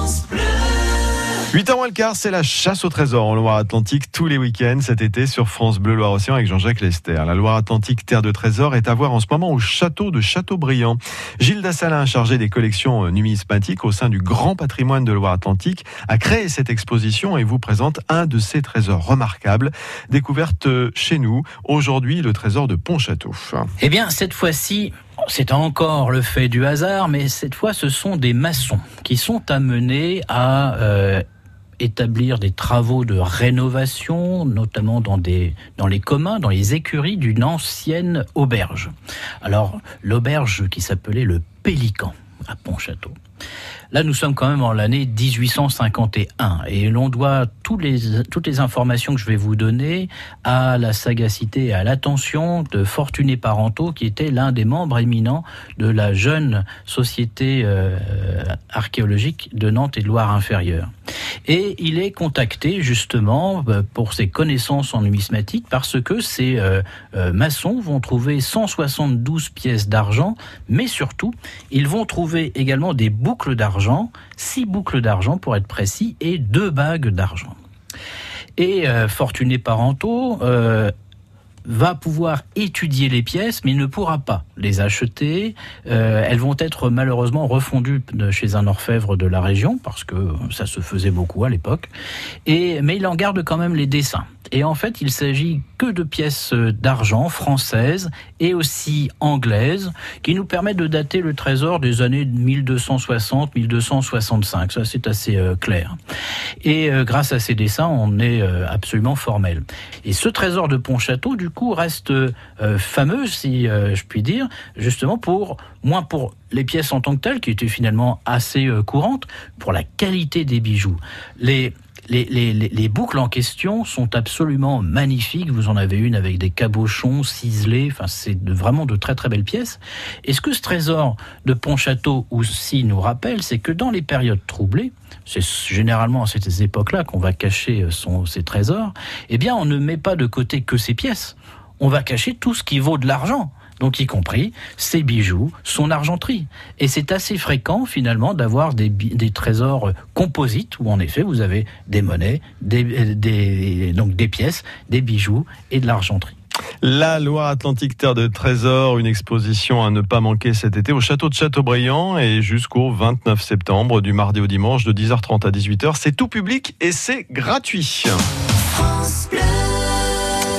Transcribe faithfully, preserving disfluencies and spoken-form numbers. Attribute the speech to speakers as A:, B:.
A: huit heures moins le quart, c'est la chasse au trésor en Loire-Atlantique tous les week-ends cet été sur France Bleu Loire-Océan avec Jean-Jacques Lester. La Loire-Atlantique, terre de trésors, est à voir en ce moment au château de Châteaubriand. Gilles Dassalin, chargé des collections numismatiques au sein du Grand Patrimoine de Loire-Atlantique, a créé cette exposition et vous présente un de ces trésors remarquables, découverte chez nous. Aujourd'hui, le trésor de Pontchâteau.
B: Eh bien, cette fois-ci, c'est encore le fait du hasard, mais cette fois, ce sont des maçons qui sont amenés à euh, établir des travaux de rénovation, notamment dans, des, dans les communs, dans les écuries d'une ancienne auberge. Alors, l'auberge qui s'appelait le Pélican à Pontchâteau. Là, nous sommes quand même en l'année dix-huit cent cinquante et un et l'on doit tous les, toutes les informations que je vais vous donner à la sagacité et à l'attention de Fortuné Parenteau, qui était l'un des membres éminents de la jeune société euh, archéologique de Nantes et de Loire-Inférieure. Et il est contacté justement pour ses connaissances en numismatique parce que ces euh, euh, maçons vont trouver cent soixante-douze pièces d'argent, mais surtout, ils vont trouver également des boucles d'argent, six boucles d'argent pour être précis, et deux bagues d'argent. Et euh, Fortuné Parenteau euh, va pouvoir étudier les pièces, mais il ne pourra pas les acheter. Euh, elles vont être malheureusement refondues de chez un orfèvre de la région, parce que ça se faisait beaucoup à l'époque. Et, mais il en garde quand même les dessins. Et en fait, il s'agit que de pièces d'argent françaises et aussi anglaises qui nous permettent de dater le trésor des années mille deux cent soixante à mille deux cent soixante-cinq. Ça, c'est assez euh, clair. Et euh, grâce à ces dessins, on est euh, absolument formel. Et ce trésor de Pontchâteau, du coup, reste euh, fameux, si euh, je puis dire, justement pour, moins pour les pièces en tant que telles, qui étaient finalement assez euh, courantes, pour la qualité des bijoux. Les Les, les, les boucles en question sont absolument magnifiques. Vous en avez une avec des cabochons ciselés. Enfin, c'est de, vraiment de très très belles pièces. Et ce que ce trésor de Pontchâteau aussi nous rappelle, c'est que dans les périodes troublées, c'est généralement à ces époques-là qu'on va cacher son, ses trésors, eh bien, on ne met pas de côté que ces pièces. On va cacher tout ce qui vaut de l'argent. Donc y compris ses bijoux, son argenterie. Et c'est assez fréquent finalement d'avoir des, des trésors composites où en effet vous avez des monnaies, des, des, donc des pièces, des bijoux et de l'argenterie.
A: La Loire-Atlantique, terre de trésors, une exposition à ne pas manquer cet été au château de Châteaubriand et jusqu'au vingt-neuf septembre, du mardi au dimanche de dix heures trente à dix-huit heures. C'est tout public et c'est gratuit. France Bleu.